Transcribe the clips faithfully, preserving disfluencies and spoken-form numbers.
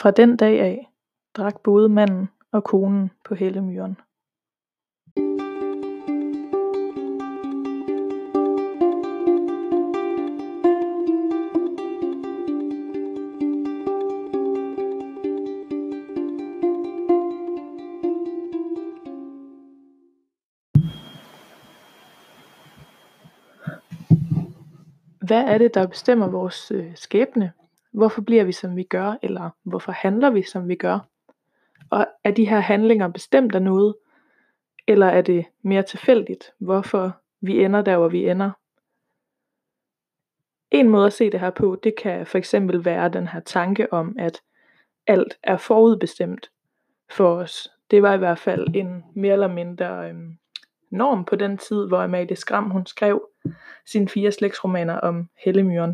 Fra den dag af drak både manden og konen på Hellemyren. Hvad er det, der bestemmer vores øh, skæbne? Hvorfor bliver vi, som vi gør, eller hvorfor handler vi, som vi gør? Og er de her handlinger bestemt af noget, eller er det mere tilfældigt, hvorfor vi ender der, hvor vi ender? En måde at se det her på, det kan for eksempel være den her tanke om, at alt er forudbestemt for os. Det var i hvert fald en mere eller mindre øhm, norm på den tid, hvor Amalie Skram hun skrev sine fire slægtsromaner om Hellemyren.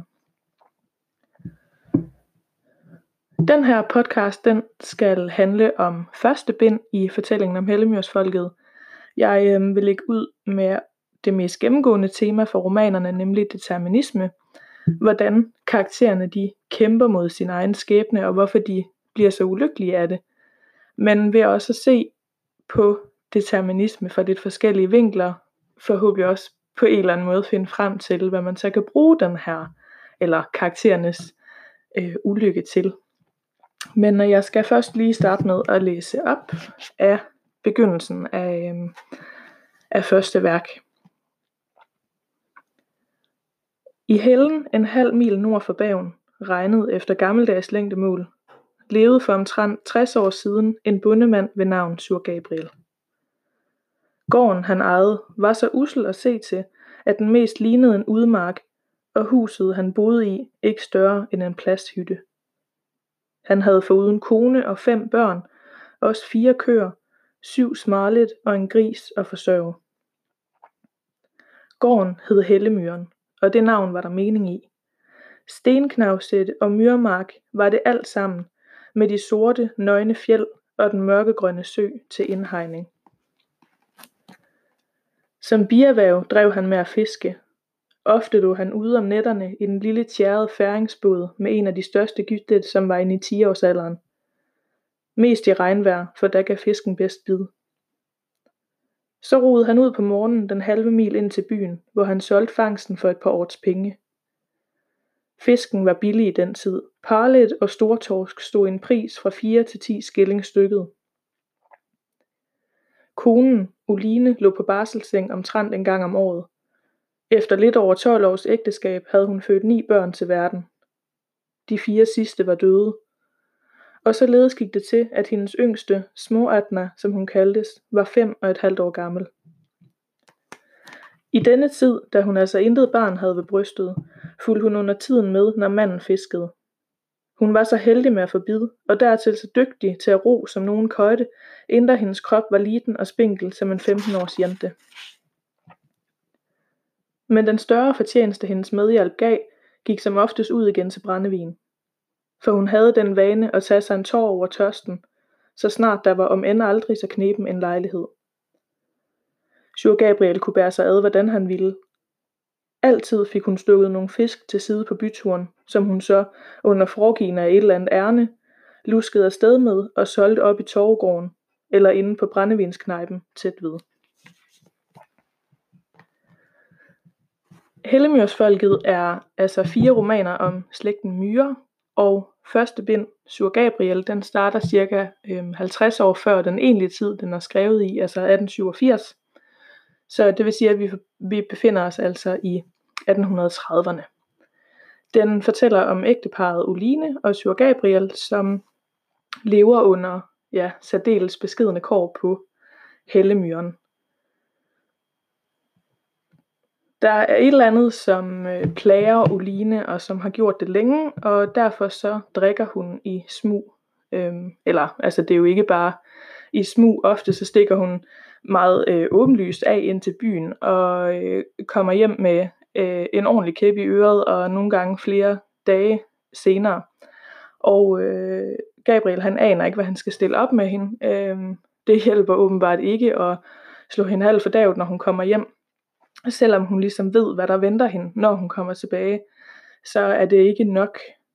Den her podcast, den skal handle om første bind i fortællingen om Hellemyrsfolket. Jeg øh, vil lægge ud med det mest gennemgående tema for romanerne, nemlig determinisme. Hvordan karaktererne de kæmper mod sin egen skæbne, og hvorfor de bliver så ulykkelige af det. Men ved også at se på determinisme fra lidt forskellige vinkler, forhåbentlig også på en eller anden måde finde frem til, hvad man så kan bruge den her, eller karakterernes øh, ulykke til. Men jeg skal først lige starte med at læse op af begyndelsen af, øh, af første værk. I Hellen, en halv mil nord for Bergen, regnet efter gammeldags længdemål, levede for omtrent tres år siden en bondemand ved navn Sur Gabriel. Gården han ejede var så ussel at se til, at den mest lignede en udmark, og huset han boede i ikke større end en plasthytte. Han havde foruden kone og fem børn, også fire køer, syv smarligt og en gris at forsørge. Gården hed Hellemyren, og det navn var der mening i. Stenknavsætte og myrmark var det alt sammen, med de sorte, nøgne fjeld og den mørkegrønne sø til indhegning. Som bierhverv drev han med at fiske. Ofte lå han ude om nætterne i den lille tjærede færingsbåd med en af de største gyttet, som var inde i ti-årsalderen. Mest i regnvejr, for der gav fisken bedst bid. Så roede han ud på morgenen den halve mil ind til byen, hvor han solgte fangsten for et par års penge. Fisken var billig i den tid. Parlet og stortorsk stod en pris fra fire til ti skilling stykket. Konen, Oline, lå på barselsseng omtrent en gang om året. Efter lidt over tolv års ægteskab havde hun født ni børn til verden. De fire sidste var døde. Og således gik det til, at hendes yngste, Småatna, som hun kaldtes, var fem og et halvt år gammel. I denne tid, da hun altså intet barn havde ved brystet, fulgte hun under tiden med, når manden fiskede. Hun var så heldig med at få bid, og dertil så dygtig til at ro som nogen køjte, indtil hendes krop var liten og spinkel som en femten års jente. Men den større fortjeneste hendes medhjælp gav, gik som oftest ud igen til brændevin. For hun havde den vane at tage sig en tår over tørsten, så snart der var om end aldrig så knepen en lejlighed. Sur Gabriel kunne bære sig ad, hvordan han ville. Altid fik hun stukket nogle fisk til side på byturen, som hun så, under foregivende af et eller andet ærne, luskede afsted med og solgte op i torvegården, eller inde på brændevinsknejpen tæt ved. Hellemyrsfolket er altså fire romaner om slægten Myhre, og første bind, Sur Gabriel, den starter cirka øhm, halvtreds år før den egentlige tid, den er skrevet i, altså atten syvogfirs. Så det vil sige, at vi, vi befinder os altså i atten trediverne. Den fortæller om ægteparret Oline og Sur Gabriel, som lever under ja, særdeles beskedne kår på Hellemyren. Der er et eller andet, som øh, plager Oline, og som har gjort det længe, og derfor så drikker hun i smug. Øhm, eller, altså det er jo ikke bare i smug, ofte så stikker hun meget øh, åbenlyst af ind til byen, og øh, kommer hjem med øh, en ordentlig kæp i øret, og nogle gange flere dage senere. Og øh, Gabriel han aner ikke, hvad han skal stille op med hende. Øh, det hjælper åbenbart ikke at slå hende halv fordævet, når hun kommer hjem. Selvom hun ligesom ved, hvad der venter hende, når hun kommer tilbage, så er det ikke nok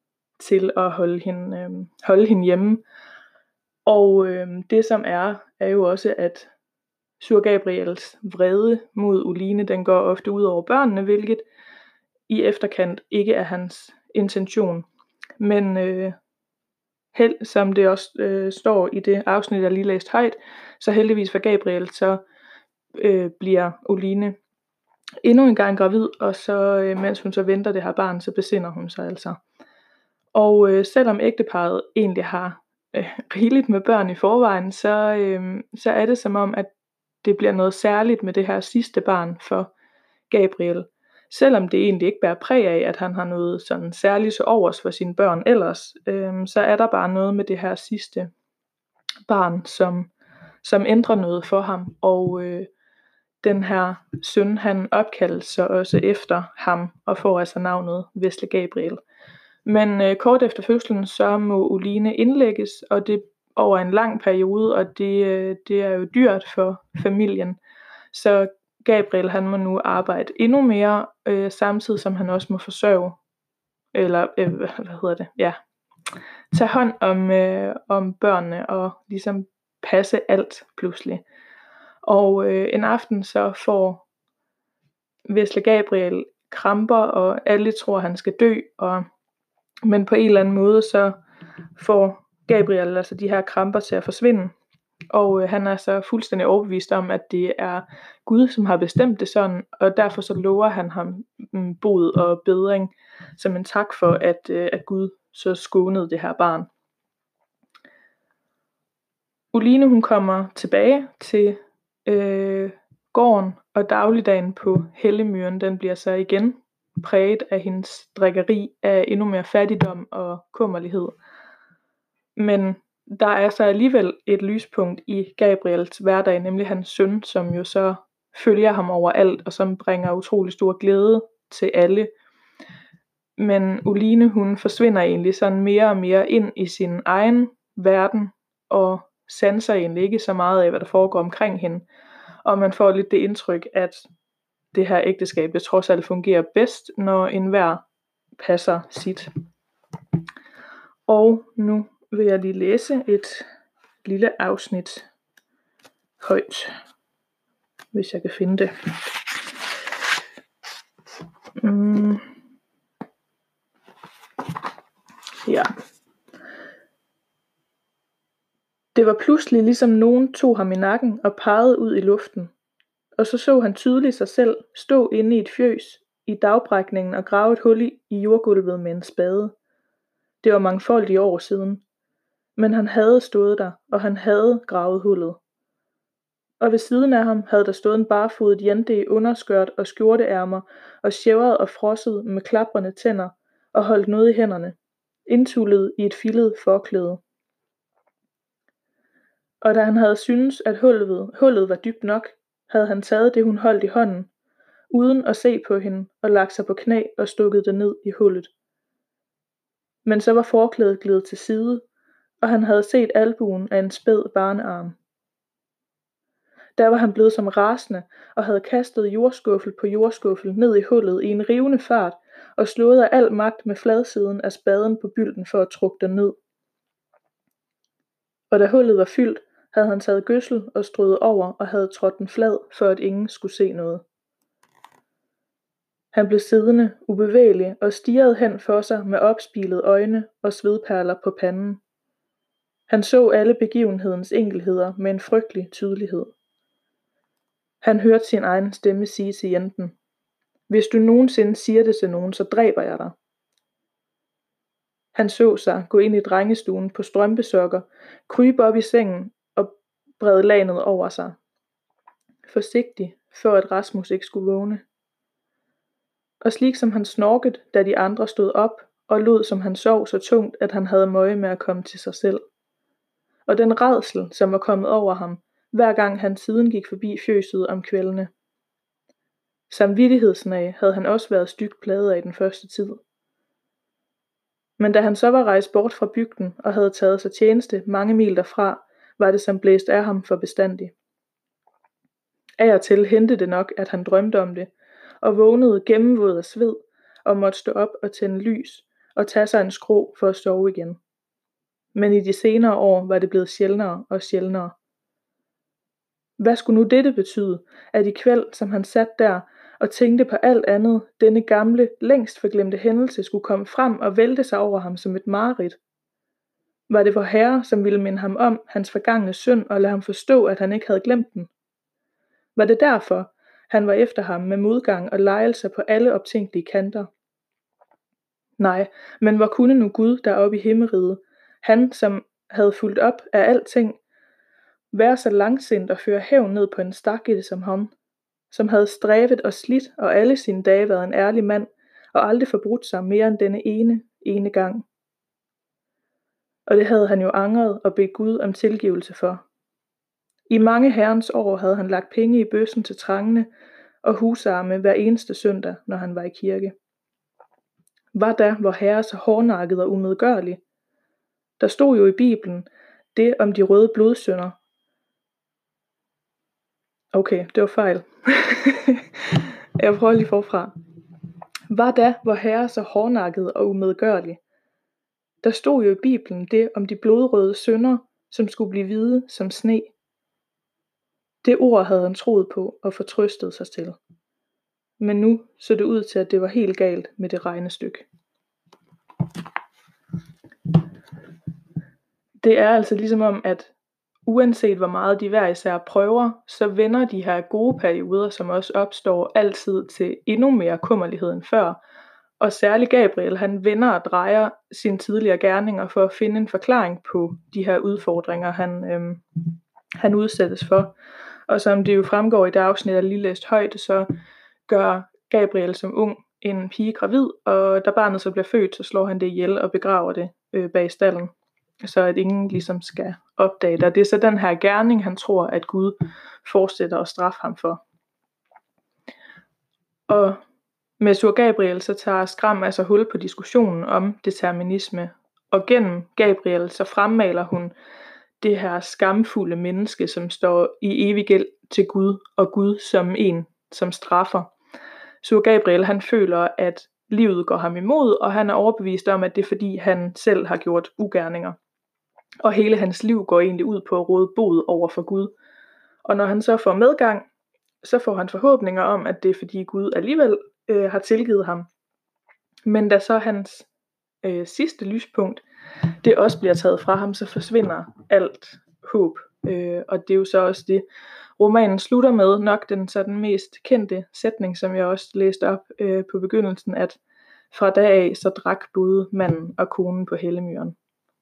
til at holde hende, øh, holde hende hjemme. Og øh, det som er, er jo også, at Sur Gabriels vrede mod Oline, den går ofte ud over børnene, hvilket i efterkant ikke er hans intention. Men øh, held, som det også øh, står i det afsnit, jeg lige læste højt, så heldigvis for Gabriel, så øh, bliver Oline endnu en gang gravid, og så øh, mens hun så venter det her barn, så besinder hun sig altså. Og øh, selvom ægteparret egentlig har øh, rigeligt med børn i forvejen, så, øh, så er det som om, at det bliver noget særligt med det her sidste barn for Gabriel. Selvom det egentlig ikke bærer præg af, at han har noget sådan særligt så overs for sine børn ellers, øh, så er der bare noget med det her sidste barn, som, som ændrer noget for ham. Og øh, den her søn, han opkaldes så også efter ham, og får altså navnet Vesle Gabriel. Men øh, kort efter fødslen, så må Oline indlægges, og det over en lang periode, og det, øh, det er jo dyrt for familien. Så Gabriel, han må nu arbejde endnu mere, øh, samtidig som han også må forsørge, eller øh, hvad hedder det, ja, tage hånd om, øh, om børnene, og ligesom passe alt pludselig. Og øh, en aften så får Vesle Gabriel kramper, og alle tror, han skal dø, og men på en eller anden måde, så får Gabriel altså de her kramper til at forsvinde. Og øh, han er så fuldstændig overbevist om, at det er Gud, som har bestemt det sådan. Og derfor så lover han ham mm, bod og bedring, som en tak for, at, øh, at Gud så skånede det her barn. Oline, hun kommer tilbage til øh, gården, og dagligdagen på Hellemyren, den bliver så igen præget af hendes drikkeri af endnu mere fattigdom og kummerlighed. Men der er så alligevel et lyspunkt i Gabriels hverdag, nemlig hans søn, som jo så følger ham overalt, og som bringer utrolig stor glæde til alle. Men Oline, hun forsvinder egentlig sådan mere og mere ind i sin egen verden, og sanser egentlig ikke så meget af, hvad der foregår omkring hende. Og man får lidt det indtryk, at det her ægteskab, det trods alt fungerer bedst, når enhver passer sit. Og nu vil jeg lige læse et lille afsnit højt, hvis jeg kan finde det. Mm. Ja. Det var pludselig ligesom nogen tog ham i nakken og pegede ud i luften. Og så så han tydeligt sig selv stå inde i et fjøs i dagbrækningen og grave et hul i, i jordgulvet med en spade. Det var mangfoldige år siden. Men han havde stået der, og han havde gravet hullet. Og ved siden af ham havde der stået en barfodet jente i underskørt og skjorteærmer og sjævret og frosset med klaprende tænder og holdt noget i hænderne, indtullet i et filet forklæde. Og da han havde syntes, at hullet, hullet var dybt nok, havde han taget det, hun holdt i hånden, uden at se på hende, og lagt sig på knæ og stukket det ned i hullet. Men så var forklædet gledet til side, og han havde set albuen af en spæd barnearm. Der var han blevet som rasende og havde kastet jordskuffel på jordskuffel ned i hullet i en rivende fart og slået af al magt med fladsiden af spaden på bylden for at trukke den ned. Og da hullet var fyldt, havde han taget gødsel og strøget over og havde trådt den flad, for at ingen skulle se noget. Han blev siddende, ubevægelig og stirrede hen for sig med opspilede øjne og svedperler på panden. Han så alle begivenhedens enkelheder med en frygtelig tydelighed. Han hørte sin egen stemme sige til jenten: "Hvis du nogensinde siger det til nogen, så dræber jeg dig." Han så sig gå ind i drengestuen på strømpesokker, krybe op i sengen og brede lagenet over sig. Forsigtig, for at Rasmus ikke skulle vågne. Og slik som han snorket, da de andre stod op, og lod som han sov så tungt, at han havde møje med at komme til sig selv. Og den rædsel, som var kommet over ham, hver gang han siden gik forbi fjøset om kvældene. Samvittighedsnag havde han også været stygt plaget af i den første tid. Men da han så var rejst bort fra bygden og havde taget sig tjeneste mange mil derfra, var det som blæst af ham for bestandig. Af og til hentede det nok, at han drømte om det, og vågnede gennemvåd af sved, og måtte stå op og tænde lys, og tage sig en skrå for at sove igen. Men i de senere år var det blevet sjældnere og sjældnere. Hvad skulle nu dette betyde, at i kvæld, som han sat der og tænkte på alt andet, denne gamle, længst forglemte hændelse skulle komme frem og vælte sig over ham som et mareridt? Var det vor Herre, som ville minde ham om hans forgangne synd og lade ham forstå, at han ikke havde glemt den? Var det derfor, han var efter ham med modgang og lejelser på alle optænkelige kanter? Nej, men hvor kunne nu Gud deroppe i himmeriget, han som havde fulgt op af alting, være så langsindt og føre hævn ned på en stakkelse som ham, som havde strævet og slidt og alle sine dage været en ærlig mand, og aldrig forbrudt sig mere end denne ene, ene gang. Og det havde han jo angret og bedt Gud om tilgivelse for. I mange herrens år havde han lagt penge i bøssen til trangene og husarme hver eneste søndag, når han var i kirke. Var da vor Herre så hårdnakket og umedgørlig? Der stod jo i Bibelen det om de røde blodsynder. Okay, det var fejl. Jeg prøver lige forfra. Var da vor Herre så hårdnakket og umedgørlig? Der stod jo i Bibelen det om de blodrøde synder, som skulle blive hvide som sne. Det ord havde han troet på og fortrøstet sig til. Men nu så det ud til, at det var helt galt med det regnestykke. Det er altså ligesom om, at uanset hvor meget de hver især prøver, så vender de her gode perioder, som også opstår, altid til endnu mere kummerlighed end før. Og særligt Gabriel, han vender og drejer sine tidligere gerninger for at finde en forklaring på de her udfordringer, han, øhm, han udsættes for. Og som det jo fremgår i det afsnit, jeg lige læst højt, så gør Gabriel som ung en pige gravid, og da barnet så bliver født, så slår han det ihjel og begraver det øh, bag stallen, så at ingen ligesom skal opdage det. Og det er så den her gerning, han tror, at Gud fortsætter at straffe ham for. Og med Sur Gabriel, så tager Skram altså hul på diskussionen om determinisme, og gennem Gabriel, så fremmaler hun det her skamfulde menneske, som står i evig gæld til Gud, og Gud som en, som straffer. Sur Gabriel, han føler, at livet går ham imod, og han er overbevist om, at det er fordi, han selv har gjort ugerninger. Og hele hans liv går egentlig ud på at råde bod over for Gud. Og når han så får medgang, så får han forhåbninger om, at det er fordi Gud alligevel øh, har tilgivet ham. Men da så hans øh, sidste lyspunkt, det også bliver taget fra ham, så forsvinder alt håb. Øh, og det er jo så også det, romanen slutter med, nok den så den mest kendte sætning, som jeg også læste op øh, på begyndelsen, at fra dag af så drak både manden og konen på Hellemyren.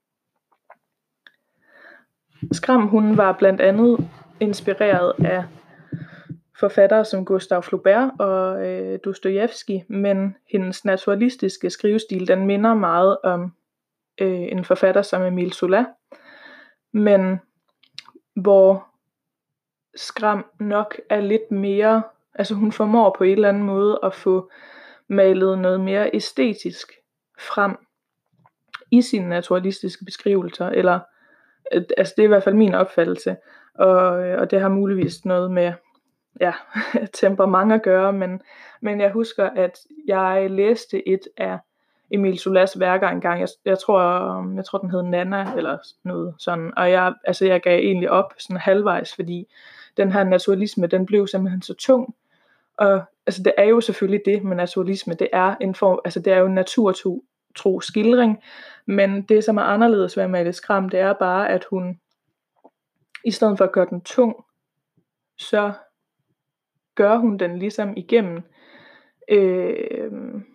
Skram, hun var blandt andet inspireret af forfattere som Gustave Flaubert og øh, Dostojevskij, men hendes naturalistiske skrivestil, den minder meget om øh, en forfatter som Émile Zola, men hvor Skram nok er lidt mere, altså hun formår på en eller anden måde at få malet noget mere æstetisk frem i sine naturalistiske beskrivelser, eller altså det er i hvert fald min opfattelse, og, og det har muligvis noget med ja, temperament at gøre, men, men jeg husker, at jeg læste et af Émile Zolas værker engang. Jeg, jeg, tror, jeg tror, den hed Nana, eller noget sådan, og jeg, altså, jeg gav egentlig op sådan halvvejs, fordi den her naturalisme, den blev simpelthen så tung, og altså, det er jo selvfølgelig det med naturalisme, det er en form, altså det er jo en naturtro tro skildring, men det som er anderledes ved Amalie Skram, det er bare, at hun i stedet for at gøre den tung, så gør hun den ligesom igennem øh,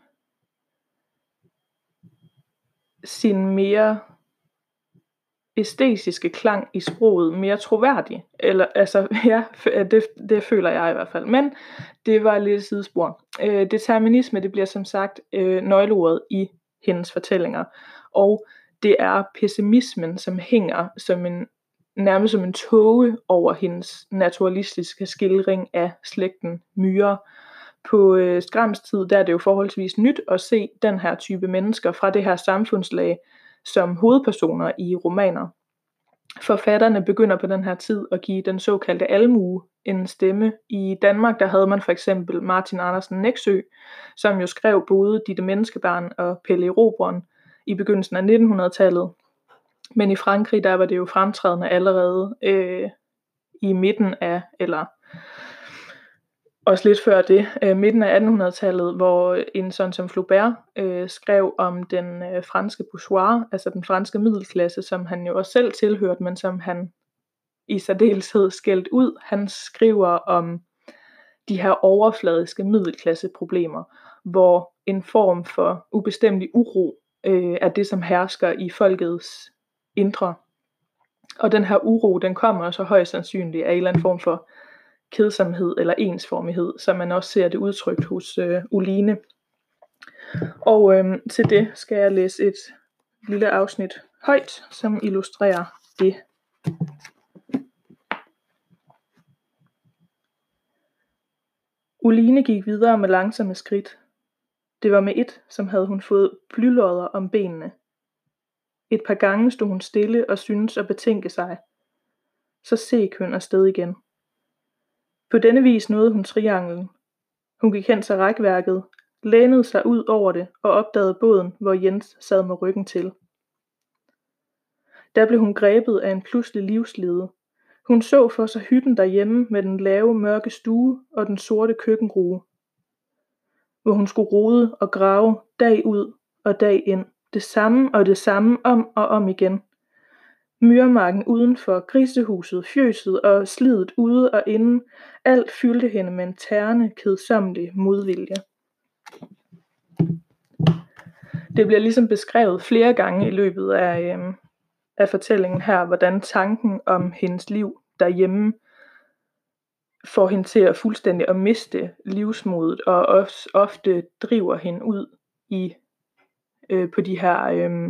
sin mere æstetiske klang i sproget, mere troværdig. Eller, altså, ja, det, det føler jeg i hvert fald. Men det var et lille sidespor. Øh, determinisme, det bliver som sagt øh, nøgleordet i hendes fortællinger. Og det er pessimismen, som hænger som en, nærmest som en tåge over hendes naturalistiske skildring af slægten myrer. På øh, Skrams tid, der er det jo forholdsvis nyt at se den her type mennesker fra det her samfundslag som hovedpersoner i romaner. Forfatterne begynder på den her tid at give den såkaldte almue en stemme. I Danmark der havde man for eksempel Martin Andersen Nexø, som jo skrev både Ditte Menneskebarn og Pelle Erobreren i begyndelsen af nittenhundredetallet. Men i Frankrig der var det jo fremtrædende allerede øh, i midten af, eller også lidt før det, øh, midten af attenhundredetallet, hvor en sådan som Flaubert øh, skrev om den øh, franske bourgeois, altså den franske middelklasse, som han jo også selv tilhørte, men som han i særdeleshed skældt ud. Han skriver om de her overfladiske middelklasseproblemer, hvor en form for ubestemmelig uro øh, er det, som hersker i folkets indre. Og den her uro, den kommer så højst sandsynligt af en eller anden form for kedsomhed eller ensformighed, som man også ser det udtrykt hos øh, Oline. Og øh, til det skal jeg læse et lille afsnit højt, som illustrerer det. Oline gik videre med langsomme skridt. Det var med et, som havde hun fået blylodder om benene. Et par gange stod hun stille og syntes at betænke sig. Så seg hun afsted igen. På denne vis nåede hun trianglen. Hun gik hen til rækværket, lænede sig ud over det og opdagede båden, hvor Jens sad med ryggen til. Der blev hun grebet af en pludselig livslede. Hun så for sig hytten derhjemme med den lave, mørke stue og den sorte køkkengrue, hvor hun skulle rode og grave dag ud og dag ind, det samme og det samme om og om igen. Myrmarken udenfor, grisehuset, fjøset og slidet ude og inde, alt fyldte hende med en tærende, kedsommelig modvilje. Det bliver ligesom beskrevet flere gange i løbet af, øh, af fortællingen her, hvordan tanken om hendes liv derhjemme får hende til at fuldstændig at miste livsmodet, og også ofte driver hende ud i øh, på de her øh,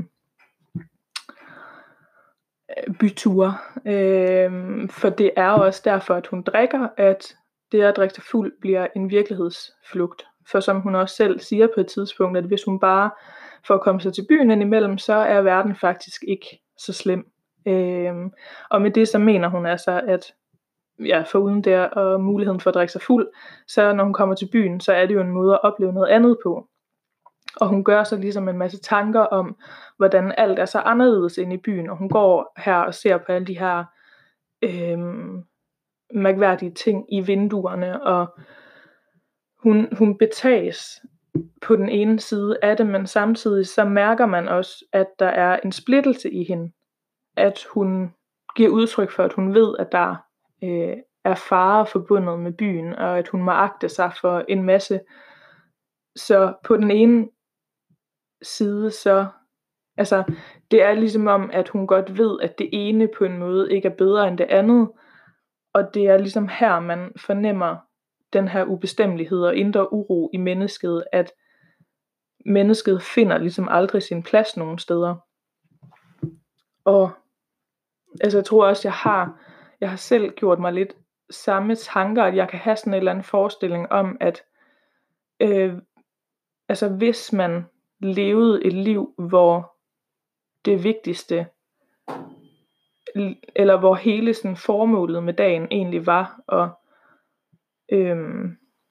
byture. Øh, for det er også derfor, at hun drikker, at det at drikke sig fuld bliver en virkelighedsflugt. For som hun også selv siger på et tidspunkt, at hvis hun bare får at komme sig til byen indimellem, så er verden faktisk ikke så slem. Øh, og med det så mener hun altså, at ja, foruden der og muligheden for at drikke sig fuld, så når hun kommer til byen, så er det jo en måde at opleve noget andet på. Og hun gør sig ligesom en masse tanker om, hvordan alt er så anderledes inde i byen, og hun går her og ser på alle de her øh, mærkværdige ting i vinduerne, og hun, hun betages på den ene side af det, men samtidig så mærker man også, at der er en splittelse i hende, at hun giver udtryk for, at hun ved, at der øh, er fare forbundet med byen, og at hun må agte sig for en masse. Så på den ene side, så altså, det er ligesom om, at hun godt ved, at det ene på en måde ikke er bedre end det andet, og det er ligesom her, man fornemmer den her ubestemmelighed og indre uro i mennesket, at mennesket finder ligesom aldrig sin plads nogen steder. Og altså, jeg tror også, jeg har, jeg har selv gjort mig lidt samme tanker, at jeg kan have sådan en eller anden forestilling om, at øh, altså, hvis man levede et liv, hvor det vigtigste, eller hvor hele sådan formålet med dagen egentlig var at, øhm,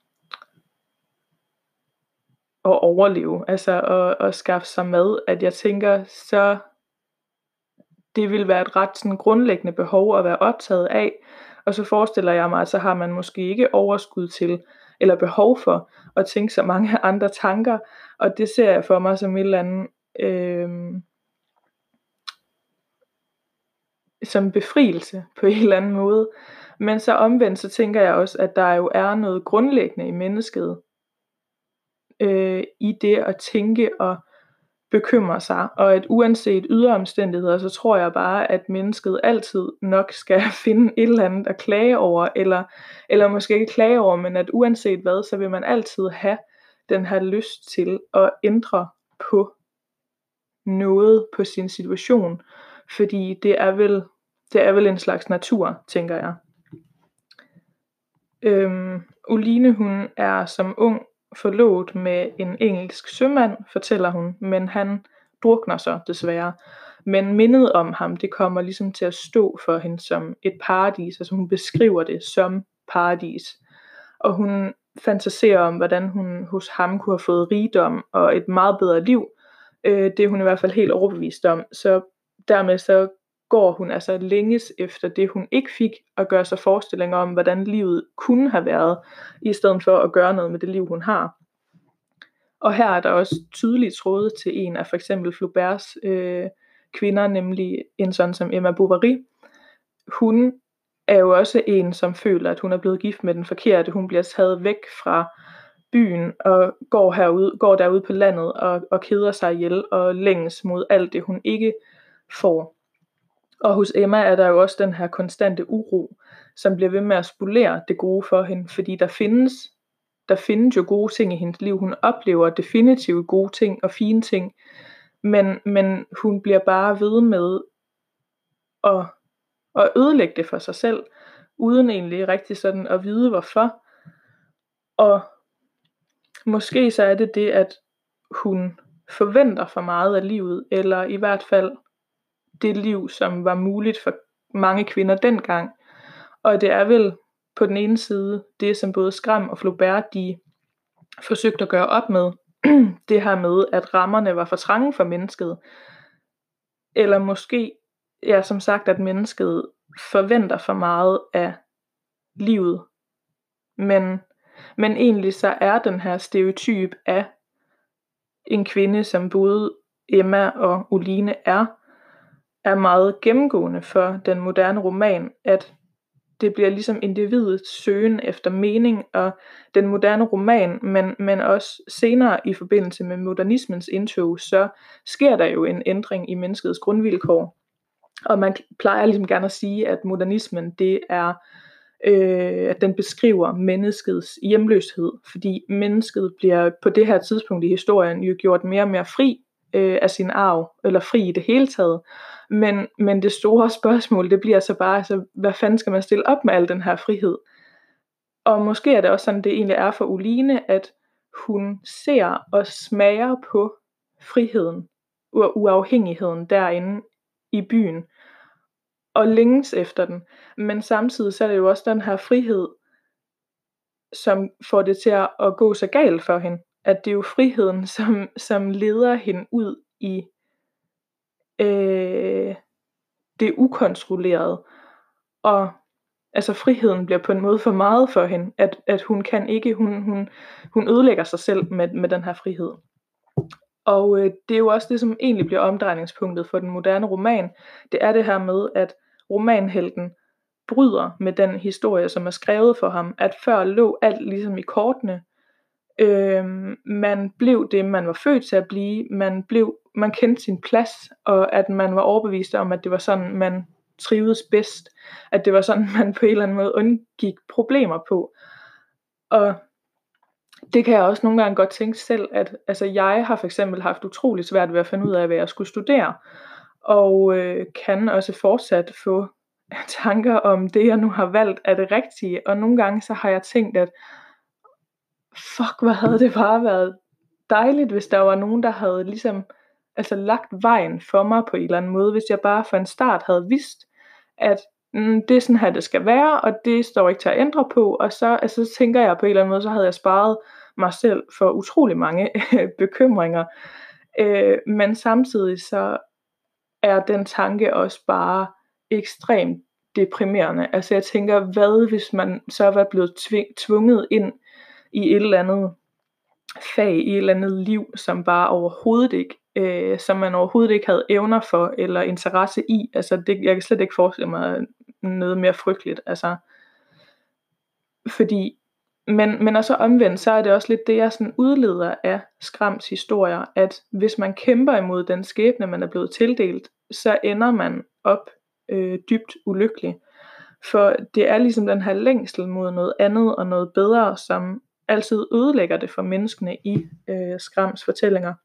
at overleve, altså at, at skaffe sig mad, at jeg tænker, så det vil være et ret sådan grundlæggende behov at være optaget af, og så forestiller jeg mig, at så har man måske ikke overskud til, eller behov for, at tænke så mange andre tanker, og det ser jeg for mig som et eller andet, øhm, som befrielse på en eller anden måde. Men så omvendt, så tænker jeg også, at der jo er noget grundlæggende i mennesket, øh, i det at tænke og bekymre sig, og at uanset ydre omstændigheder, så tror jeg bare, at mennesket altid nok skal finde et eller andet at klage over, eller, eller måske ikke klage over, men at uanset hvad, så vil man altid have den her lyst til at ændre på noget, på sin situation, fordi det er vel, det er vel en slags natur, tænker jeg. Øhm, Oline, hun er som ung forlovet med en engelsk sømand, fortæller hun, men han drukner så desværre. Men mindet om ham, det kommer ligesom til at stå for hende som et paradis, altså hun beskriver det som paradis. Og hun fantaserer om, hvordan hun hos ham kunne have fået rigdom og et meget bedre liv. Øh, det er hun i hvert fald helt overbevist om. Så dermed så går hun altså længes efter det, hun ikke fik, og gør sig forestillinger om, hvordan livet kunne have været, i stedet for at gøre noget med det liv, hun har. Og her er der også tydeligt tråde til en af for eksempel Flauberts øh, kvinder, nemlig en sådan som Emma Bovary. Hun er jo også en, som føler, at hun er blevet gift med den forkerte. Hun bliver taget væk fra byen og går, herud, går derude på landet og, og keder sig ihjel og længes mod alt det, hun ikke får. Og hos Emma er der jo også den her konstante uro, som bliver ved med at spolere det gode for hende, fordi der findes, der findes jo gode ting i hendes liv. Hun oplever definitivt gode ting og fine ting, men, men hun bliver bare ved med at, at ødelægge det for sig selv, uden egentlig rigtig sådan at vide hvorfor. Og måske så er det det, at hun forventer for meget af livet, eller i hvert fald det liv, som var muligt for mange kvinder dengang. Og det er vel på den ene side det, som både Skram og Flaubert, de forsøgte at gøre op med, det her med, at rammerne var for trange for mennesket. Eller måske, ja, som sagt, at mennesket forventer for meget af livet. Men, men egentlig så er den her stereotyp af en kvinde, som både Emma og Oline er, er meget gennemgående for den moderne roman, at det bliver ligesom individets søgen efter mening, og den moderne roman, men, men også senere i forbindelse med modernismens indtog, så sker der jo en ændring i menneskets grundvilkår. Og man plejer ligesom gerne at sige, at modernismen, det er, øh, at den beskriver menneskets hjemløshed, fordi mennesket bliver på det her tidspunkt i historien jo gjort mere og mere fri øh, af sin arv, eller fri i det hele taget. Men, men det store spørgsmål, det bliver så bare, altså, hvad fanden skal man stille op med al den her frihed? Og måske er det også sådan, det egentlig er for Oline, at hun ser og smager på friheden og uafhængigheden derinde i byen, og længes efter den. Men samtidig så er det jo også den her frihed, som får det til at gå så galt for hende. At det er jo friheden, som, som leder hende ud i øh, det ukontrollerede. Og altså friheden bliver på en måde for meget for hende, at, at hun kan ikke, hun, hun, hun ødelægger sig selv med, med den her frihed. Og øh, det er jo også det, som egentlig bliver omdrejningspunktet for den moderne roman. Det er det her med, at romanhelten bryder med den historie, som er skrevet for ham, at før lå alt ligesom i kortene. Øh, man blev det, man var født til at blive, man, blev, man kendte sin plads, og at man var overbevist om, at det var sådan, man trivedes bedst, at det var sådan, man på en eller anden måde undgik problemer på. Og det kan jeg også nogle gange godt tænke selv, at altså, jeg har for eksempel haft utrolig svært ved at finde ud af, hvad jeg skulle studere, og øh, kan også fortsat få tanker om det, jeg nu har valgt, er det rigtige, og nogle gange så har jeg tænkt, at fuck, hvor havde det bare været dejligt, hvis der var nogen, der havde ligesom altså lagt vejen for mig på en eller anden måde, hvis jeg bare for en start havde vidst, at mm, det er sådan her, det skal være, og det står ikke til at ændre på, og så, altså, så tænker jeg på en eller anden måde, så havde jeg sparet mig selv for utrolig mange bekymringer, øh, men samtidig så er den tanke også bare ekstremt deprimerende. Altså jeg tænker, hvad hvis man så var blevet tving- tvunget ind i et eller andet fag, i et eller andet liv, som bare overhovedet ikke, øh, som man overhovedet ikke havde evner for, eller interesse i. Altså det, jeg kan slet ikke forestille mig noget mere frygteligt. Altså, fordi, men, men også omvendt, så er det også lidt det, jeg sådan udleder af Skrams historier, at hvis man kæmper imod den skæbne, man er blevet tildelt, så ender man op øh, dybt ulykkelig. For det er ligesom den her længsel mod noget andet og noget bedre, som altid ødelægger det for menneskene i øh, Skrams fortællinger.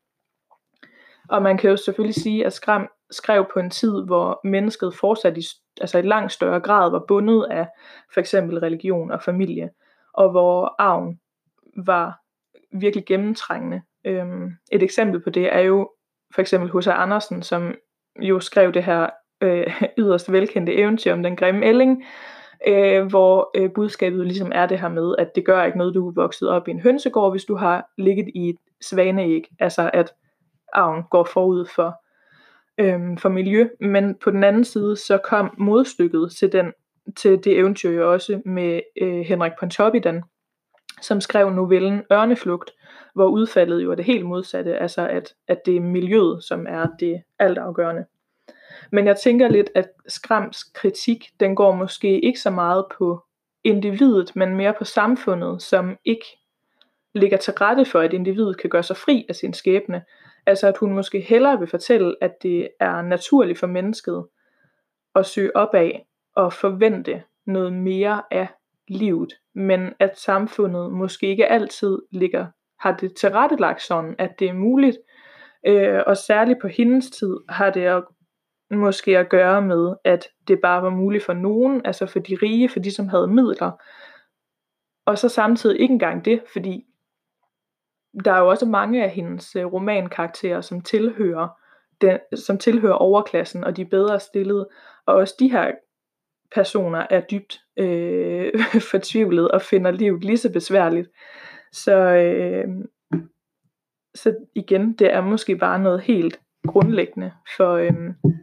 Og man kan jo selvfølgelig sige, at Skram skrev på en tid, hvor mennesket fortsat i, altså i langt større grad var bundet af for eksempel religion og familie, og hvor arven var virkelig gennemtrængende. Øhm, et eksempel på det er jo for eksempel H C Andersen, som jo skrev det her øh, yderst velkendte eventyr om den grimme ælling, øh, hvor øh, budskabet ligesom er det her med, at det gør ikke noget, du er vokset op i en hønsegård, hvis du har ligget i et svaneæg, altså at arven går forud for, øh, for miljø. Men på den anden side, så kom modstykket til, den, til det eventyr jo også med øh, Henrik Pontoppidan, som skrev novellen Ørneflugt, hvor udfaldet jo er det helt modsatte, altså at, at det er miljøet, som er det altafgørende. Men jeg tænker lidt, at Skrams kritik, den går måske ikke så meget på individet, men mere på samfundet, som ikke ligger til rette for, at individet kan gøre sig fri af sin skæbne. Altså at hun måske hellere vil fortælle, at det er naturligt for mennesket at søge opad og forvente noget mere af livet, men at samfundet måske ikke altid ligger, har det tilrettelagt sådan, at det er muligt, øh, og særligt på hendes tid har det at, måske at gøre med, at det bare var muligt for nogen, altså for de rige, for de som havde midler, og så samtidig ikke engang det, fordi der er jo også mange af hendes øh, romankarakterer, som tilhører, den, som tilhører overklassen, og de bedre stillede, og også de her personer er dybt øh, fortvivlet og finder livet lige så besværligt. Så, øh, så igen, det er måske bare noget helt grundlæggende for, øh,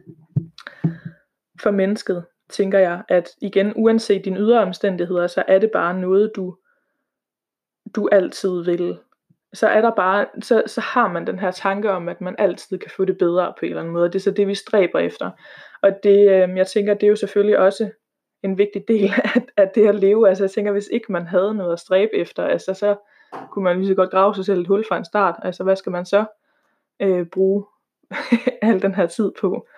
for mennesket, tænker jeg, at igen, uanset dine ydre omstændigheder, så er det bare noget, du, du altid vil. Så er der bare, så, så har man den her tanke om, at man altid kan få det bedre på en eller anden måde. Det er så det, vi stræber efter. Og det, øh, jeg tænker, det er jo selvfølgelig også en vigtig del af, af det at leve. Altså jeg tænker, hvis ikke man havde noget at stræbe efter, altså så kunne man lige så godt grave sig selv et hul fra en start. Altså hvad skal man så øh, bruge al den her tid på?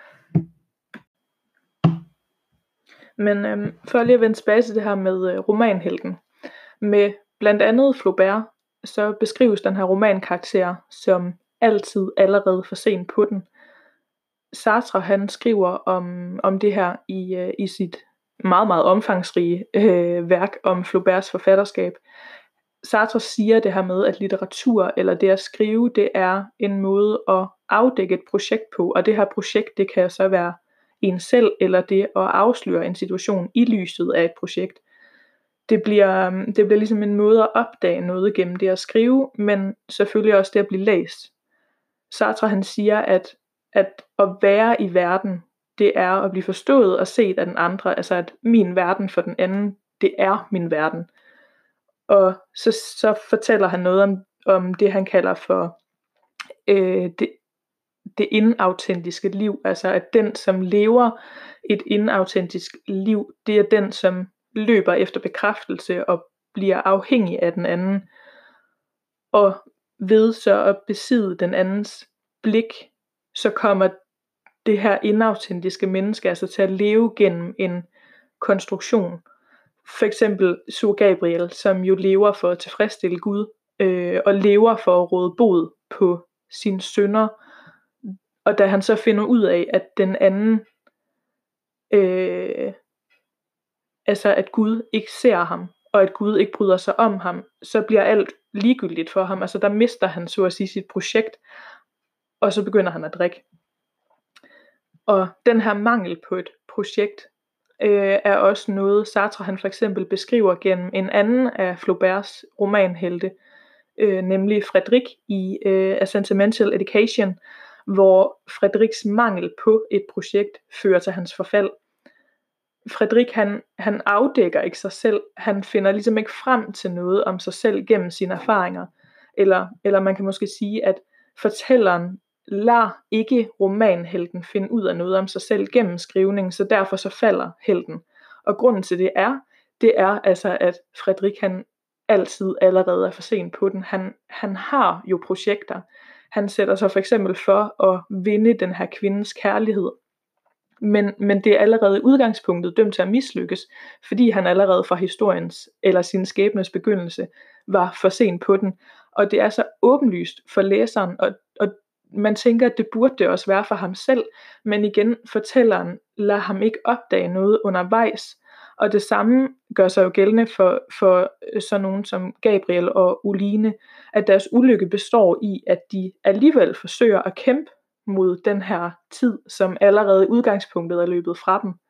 Men øh, for lige at vende tilbage til det her med øh, romanhelten. Med blandt andet Flaubert, så beskrives den her romankarakter som altid allerede for sent på den. Sartre han skriver om, om det her i, øh, i sit meget, meget omfangsrige øh, værk om Flauberts forfatterskab. Sartre siger det her med, at litteratur eller det at skrive, det er en måde at afdække et projekt på, og det her projekt, det kan så være en selv, eller det at afsløre en situation i lyset af et projekt. Det bliver, det bliver ligesom en måde at opdage noget gennem det at skrive, men selvfølgelig også det at blive læst. Sartre han siger, at, at at være i verden, det er at blive forstået og set af den andre, altså at min verden for den anden, det er min verden. Og så, så fortæller han noget om, om det, han kalder for øh, det, det inautentiske liv, altså at den, som lever et inautentisk liv, det er den, som løber efter bekræftelse og bliver afhængig af den anden, og ved så at besidde den andens blik, så kommer det her inautentiske menneske altså til at leve gennem en konstruktion. For eksempel Sur Gabriel, som jo lever for at tilfredsstille Gud, øh, og lever for at råde bod på sine synder, og da han så finder ud af, at den anden øh, altså at Gud ikke ser ham, og at Gud ikke bryder sig om ham, så bliver alt ligegyldigt for ham. Altså der mister han så at sige sit projekt, og så begynder han at drikke. Og den her mangel på et projekt, øh, er også noget Sartre han for eksempel beskriver gennem en anden af Flauberts romanhelte, øh, nemlig Frédéric i øh, A Sentimental Education, hvor Frédérics mangel på et projekt fører til hans forfald. Frédéric han, han afdækker ikke sig selv, han finder ligesom ikke frem til noget om sig selv gennem sine erfaringer, eller, eller man kan måske sige, at fortælleren lader ikke romanhelten finde ud af noget om sig selv gennem skrivning, så derfor så falder helten. Og grunden til det er, det er altså, at Frédéric han altid allerede er for sent på den. Han, han har jo projekter. Han sætter sig for eksempel for at vinde den her kvindes kærlighed. Men, men det er allerede udgangspunktet dømt til at mislykkes, fordi han allerede fra historiens eller sin skæbnes begyndelse var for sent på den. Og det er så åbenlyst for læseren, og, og man tænker, at det burde det også være for ham selv, men igen, fortælleren lader ham ikke opdage noget undervejs. Og det samme gør sig jo gældende for, for sådan nogen som Gabriel og Oline, at deres ulykke består i, at de alligevel forsøger at kæmpe mod den her tid, som allerede i udgangspunktet er løbet fra dem.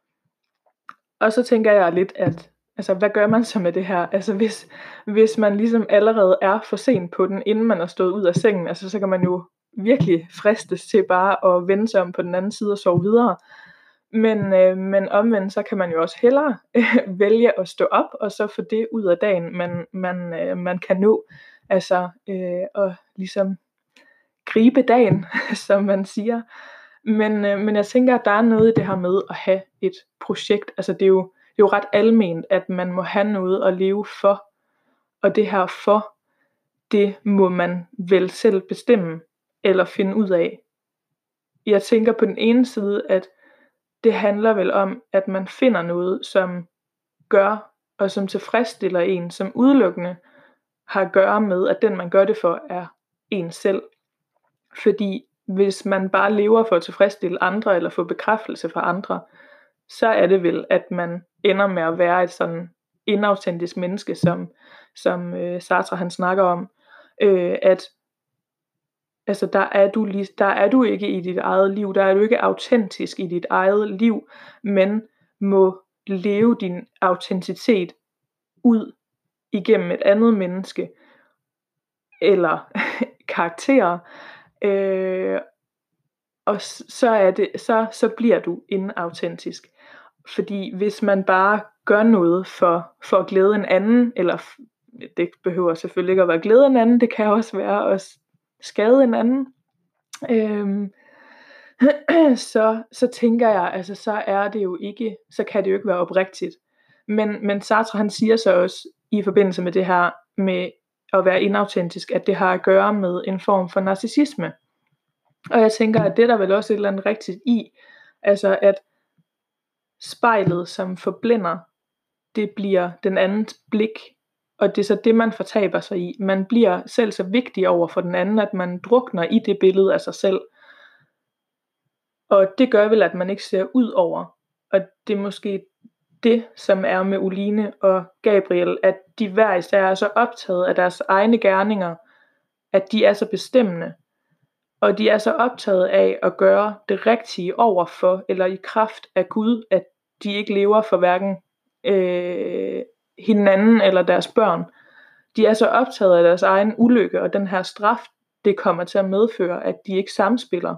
Og så tænker jeg lidt, at altså, hvad gør man så med det her? Altså hvis, hvis man ligesom allerede er for sent på den, inden man er stået ud af sengen, altså, så kan man jo virkelig fristes til bare at vende sig om på den anden side og sove videre. Men, øh, men omvendt, så kan man jo også hellere øh, vælge at stå op, og så få det ud af dagen, man, man, øh, man kan nå. Altså, øh, og ligesom gribe dagen, som man siger. Men, øh, men jeg tænker, at der er noget i det her med at have et projekt. Altså, det er jo, det er jo ret alment, at man må have noget at leve for. Og det her for, det må man vel selv bestemme, eller finde ud af. Jeg tænker på den ene side, at det handler vel om, at man finder noget, som gør, og som tilfredsstiller en, som udelukkende har at gøre med, at den man gør det for, er en selv. Fordi hvis man bare lever for at tilfredsstille andre, eller få bekræftelse fra andre, så er det vel, at man ender med at være et sådan inautentisk menneske, som, som øh, Sartre han snakker om, øh, at altså der er, du lige, der er du ikke i dit eget liv, der er du ikke autentisk i dit eget liv, men må leve din autenticitet ud igennem et andet menneske, eller karakterer, øh, og så, er det, så, så bliver du inautentisk. Fordi hvis man bare gør noget for, for at glæde en anden, eller det behøver selvfølgelig ikke at være glæde en anden, det kan også være at skade en anden, øhm, så, så tænker jeg, altså så er det jo ikke, så kan det jo ikke være oprigtigt. Men, men Sartre han siger så også i forbindelse med det her med at være inautentisk, at det har at gøre med en form for narcissisme. Og jeg tænker, at det er der vel også et eller andet rigtigt i, altså at spejlet som forblinder, det bliver den andens blik, og det er så det man fortaber sig i. Man bliver selv så vigtig over for den anden, at man drukner i det billede af sig selv. Og det gør vel, at man ikke ser ud over. Og det er måske det, som er med Oline og Gabriel, at de hver især er så optaget af deres egne gerninger, at de er så bestemmende. Og de er så optaget af at gøre det rigtige overfor, eller i kraft af Gud, at de ikke lever for hverken øh, hinanden eller deres børn. De er så optaget af deres egen ulykke, og den her straf, det kommer til at medføre, at de ikke samspiller.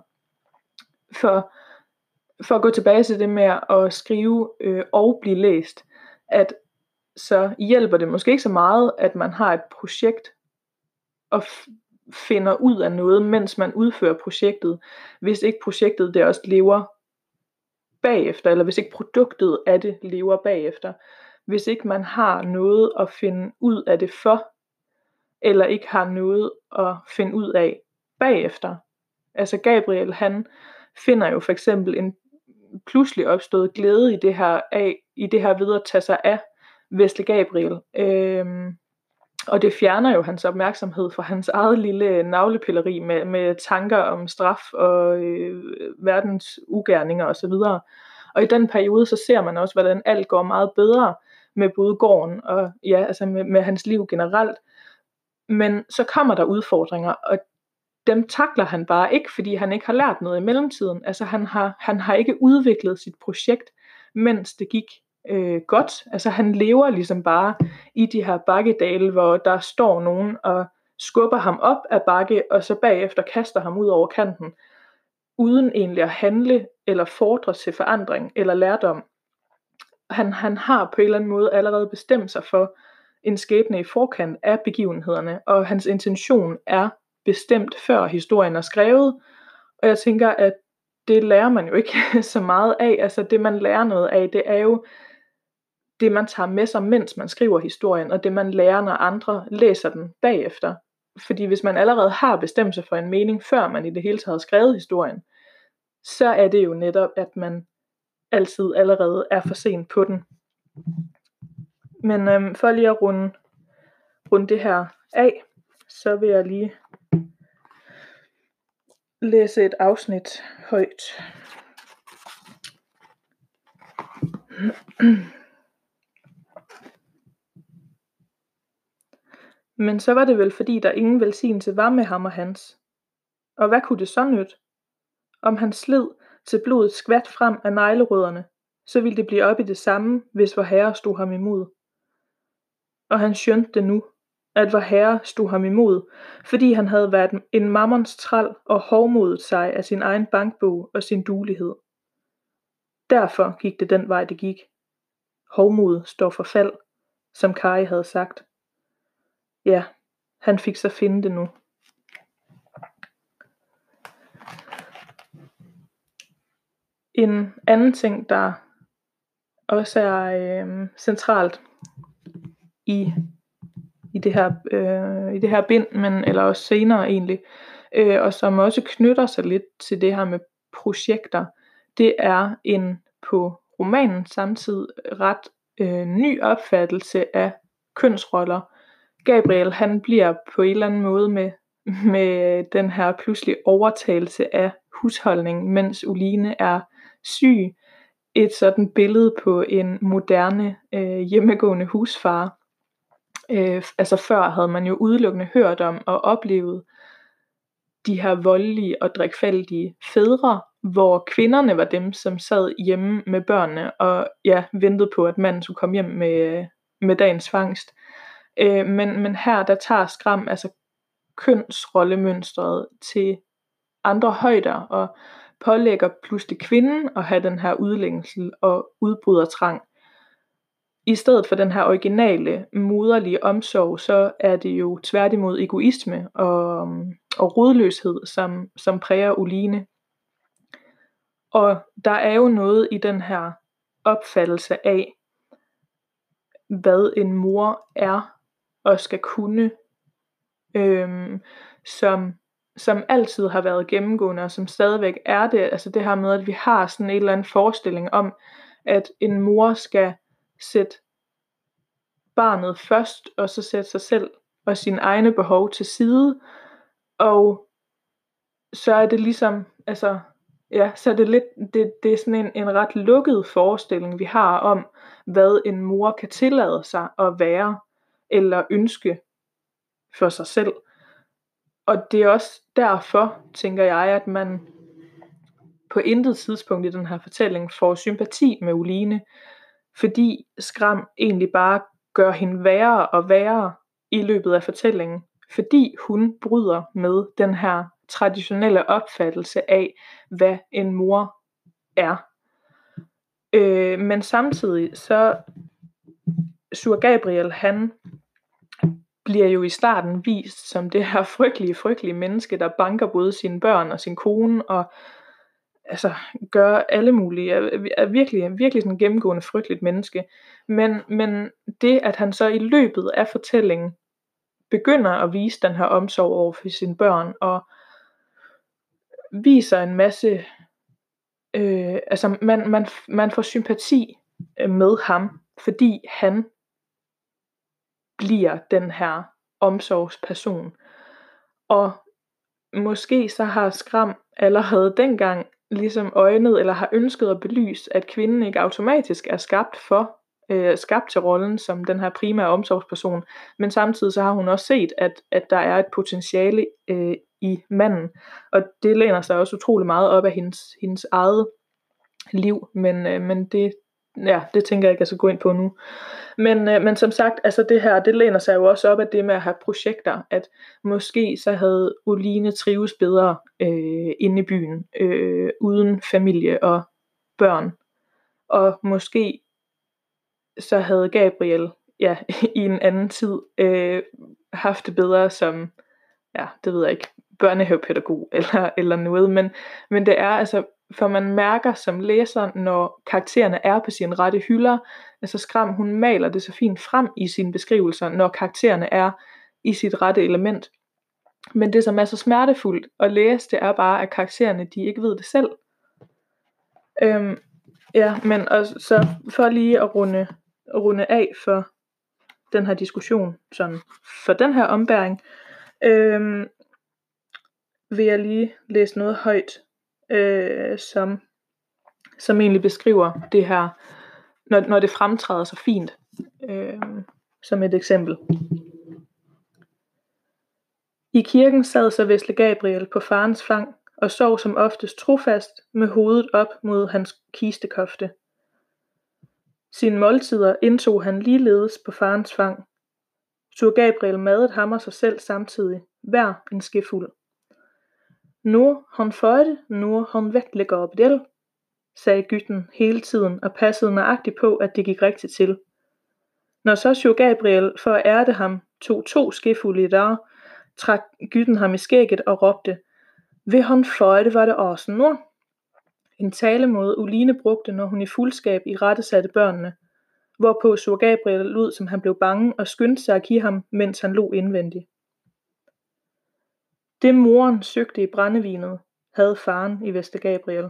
For, for at gå tilbage til det med at skrive øh, og blive læst, at så hjælper det måske ikke så meget, at man har et projekt, og f- finder ud af noget, mens man udfører projektet, hvis ikke projektet det også lever bagefter, eller hvis ikke produktet af det lever bagefter. Hvis ikke man har noget at finde ud af det for, eller ikke har noget at finde ud af bagefter. Altså Gabriel, han finder jo for eksempel en pludselig opstået glæde i det her, af, i det her ved at tage sig af Vesle Gabriel. Øhm, og det fjerner jo hans opmærksomhed fra hans eget lille navlepilleri med, med tanker om straf og øh, verdens ugerninger osv. Og i den periode, så ser man også, hvordan alt går meget bedre med både gården og ja, altså med, med hans liv generelt. Men så kommer der udfordringer, og dem takler han bare ikke, fordi han ikke har lært noget i mellemtiden. Altså han har, han har ikke udviklet sit projekt, mens det gik øh, godt. Altså han lever ligesom bare i de her bakkedale, hvor der står nogen og skubber ham op af bakke, og så bagefter kaster ham ud over kanten, uden egentlig at handle eller fordre til forandring eller lærdom. Han, han har på en eller anden måde allerede bestemt sig for en skæbne i forkant af begivenhederne, og hans intention er bestemt før historien er skrevet. Og jeg tænker, at det lærer man jo ikke så meget af. Altså det man lærer noget af, det er jo det man tager med sig, mens man skriver historien, og det man lærer, når andre læser den bagefter. Fordi hvis man allerede har bestemt sig for en mening, før man i det hele taget har skrevet historien, så er det jo netop, at man altid allerede er for sent på den. Men øhm, for lige at runde, runde det her af, så vil jeg lige læse et afsnit højt. Men så var det vel fordi, der ingen velsignelse var med ham og hans. Og hvad kunne det så nytte? Om han slid til blodet skvat frem af neglerødderne, så ville det blive op i det samme, hvis vor Herre stod ham imod. Og han skjønte det nu, at vor Herre stod ham imod, fordi han havde været en mammons træl og hovmodet sig af sin egen bankbog og sin duelighed. Derfor gik det den vej, det gik. Hovmod står for fald, som Kari havde sagt. Ja, han fik så finde det nu. En anden ting, der også er øh, centralt i, i, det her, øh, i det her bind, men eller også senere egentlig, øh, og som også knytter sig lidt til det her med projekter, det er en på romanen samtidig ret øh, ny opfattelse af kønsroller. Gabriel, han bliver på en eller anden måde med, med den her pludselig overtagelse af husholdning, mens Oline er syg, et sådan billede på en moderne øh, hjemmegående husfar. Øh, altså før havde man jo udelukkende hørt om og oplevet de her voldelige og drikfældige fædre, hvor kvinderne var dem, som sad hjemme med børnene og ja, ventede på, at manden skulle komme hjem med, med dagens fangst. Øh, men, men her, der tager Skram altså kønsrollemønstret til andre højder og pålægger pludselig kvinden at have den her udlængsel og udbrydertrang. I stedet for den her originale, moderlige omsorg, så er det jo tværtimod egoisme og, og rodløshed, som, som præger Oline. Og der er jo noget i den her opfattelse af, hvad en mor er og skal kunne, øhm, som, som altid har været gennemgående, og som stadigvæk er det. Altså det her med, at vi har sådan en eller anden forestilling om, at en mor skal sætte barnet først, og så sætte sig selv og sine egne behov til side, og så er det ligesom, altså, ja, så er det lidt, det, det er sådan en, en ret lukket forestilling, vi har om, hvad en mor kan tillade sig at være, eller ønske for sig selv. Og det er også derfor, tænker jeg, at man på intet tidspunkt i den her fortælling får sympati med Oline, fordi Skram egentlig bare gør hende værre og værre i løbet af fortællingen, fordi hun bryder med den her traditionelle opfattelse af, hvad en mor er. Øh, men samtidig så Sur Gabriel, han bliver jo i starten vist som det her frygtelige, frygtelige menneske, der banker både sine børn og sin kone, og altså gør alle mulige, er, er virkelig, virkelig sådan gennemgående frygteligt menneske. Men, men det, at han så i løbet af fortællingen begynder at vise den her omsorg over for sine børn, og viser en masse, øh, altså man, man, man får sympati med ham, fordi han bliver den her omsorgsperson. Og måske så har Skram allerede dengang ligesom øjnet, eller har ønsket at belyse, at kvinden ikke automatisk er skabt for, øh, skabt til rollen som den her primære omsorgsperson, men samtidig så har hun også set, at, at der er et potentiale øh, i manden, og det læner sig også utrolig meget op af hendes, hendes eget liv, men, øh, men det, ja, det tænker jeg ikke, jeg skal gå ind på nu. Men, øh, men som sagt, altså det her, det læner sig jo også op af det med at have projekter, at måske så havde Oline trives bedre øh, inde i byen, øh, uden familie og børn, og måske så havde Gabriel, ja, i en anden tid øh, haft det bedre som, ja, det ved jeg ikke, børnehavepædagog eller, eller noget, men, men det er altså, for man mærker som læser, når karaktererne er på sine rette hylder, altså Skram, hun maler det så fint frem i sine beskrivelser, når karaktererne er i sit rette element. Men det, som er så smertefuldt at læse, det er bare, at karaktererne, de ikke ved det selv. Øhm, ja, men og så for lige at runde, runde af for den her diskussion, sådan for den her ombæring, øhm, vil jeg lige læse noget højt, øh, som, som egentlig beskriver det her, når, når det fremtræder så fint, øh, som et eksempel. I kirken sad så Vesle Gabriel på farens fang og sov som oftest trofast med hovedet op mod hans kistekofte. Sine måltider indtog han ligeledes på farens fang. Sur Gabriel madede ham og sig selv samtidig, hver en skefuld. Nur han føjte, nur han vettlige abdel, sagde Gytten hele tiden og passede nøjagtigt på, at det gik rigtigt til. Når så Sur Gabriel for at ærte ham tog to skefulde i dag, trak Gytten ham i skægget og råbte, ved han føjte var det også nur. En talemåde Uline brugte, når hun i fuldskab i rette satte børnene, hvorpå Sur Gabriel lød, som han blev bange og skyndte sig at give ham, mens han lå indvendigt. Det moren søgte i brændevinet, havde faren i Vester Gabriel.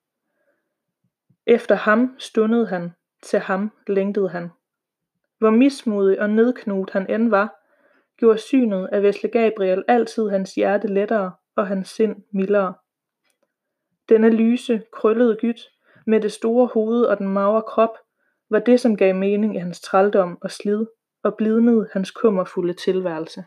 Efter ham stundede han, til ham længtede han. Hvor mismodig og nedknudt han end var, gjorde synet af Vester Gabriel altid hans hjerte lettere og hans sind mildere. Denne lyse, krøllede gyt med det store hoved og den magre krop var det, som gav mening i hans trældom og slid og blidnede hans kummerfulde tilværelse.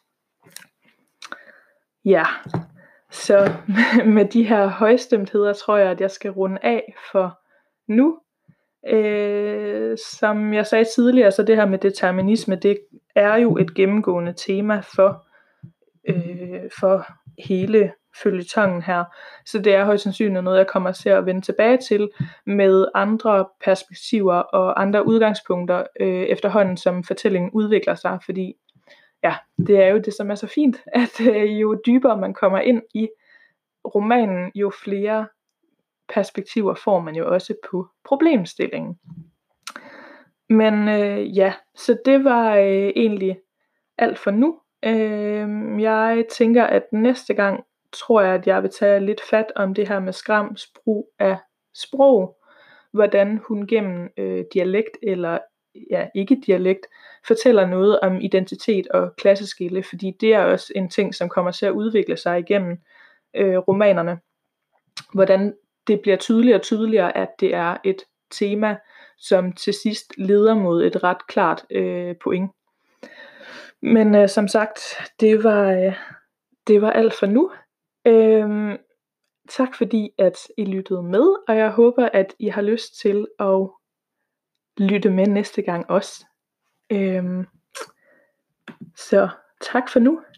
Ja, så med de her højstemtheder tror jeg, at jeg skal runde af for nu. Øh, som jeg sagde tidligere, så det her med determinisme, det er jo et gennemgående tema for, øh, for hele føljetongen her. Så det er højst sandsynligt noget, jeg kommer til at vende tilbage til med andre perspektiver og andre udgangspunkter øh, efterhånden, som fortællingen udvikler sig, fordi ja, det er jo det, som er så fint, at øh, jo dybere man kommer ind i romanen, jo flere perspektiver får man jo også på problemstillingen. Men øh, ja, så det var øh, egentlig alt for nu. Øh, jeg tænker, at næste gang tror jeg, at jeg vil tage lidt fat om det her med Skrams brug af sprog, hvordan hun gennem øh, dialekt eller ja, ikke dialekt, fortæller noget om identitet og klasseskille, fordi det er også en ting, som kommer til at udvikle sig igennem øh, romanerne. Hvordan det bliver tydeligere og tydeligere, at det er et tema, som til sidst leder mod et ret klart øh, point. Men øh, som sagt, det var, øh, det var alt for nu. Øh, tak fordi, at I lyttede med, og jeg håber, at I har lyst til at lytte med næste gang også. Øhm, så tak for nu.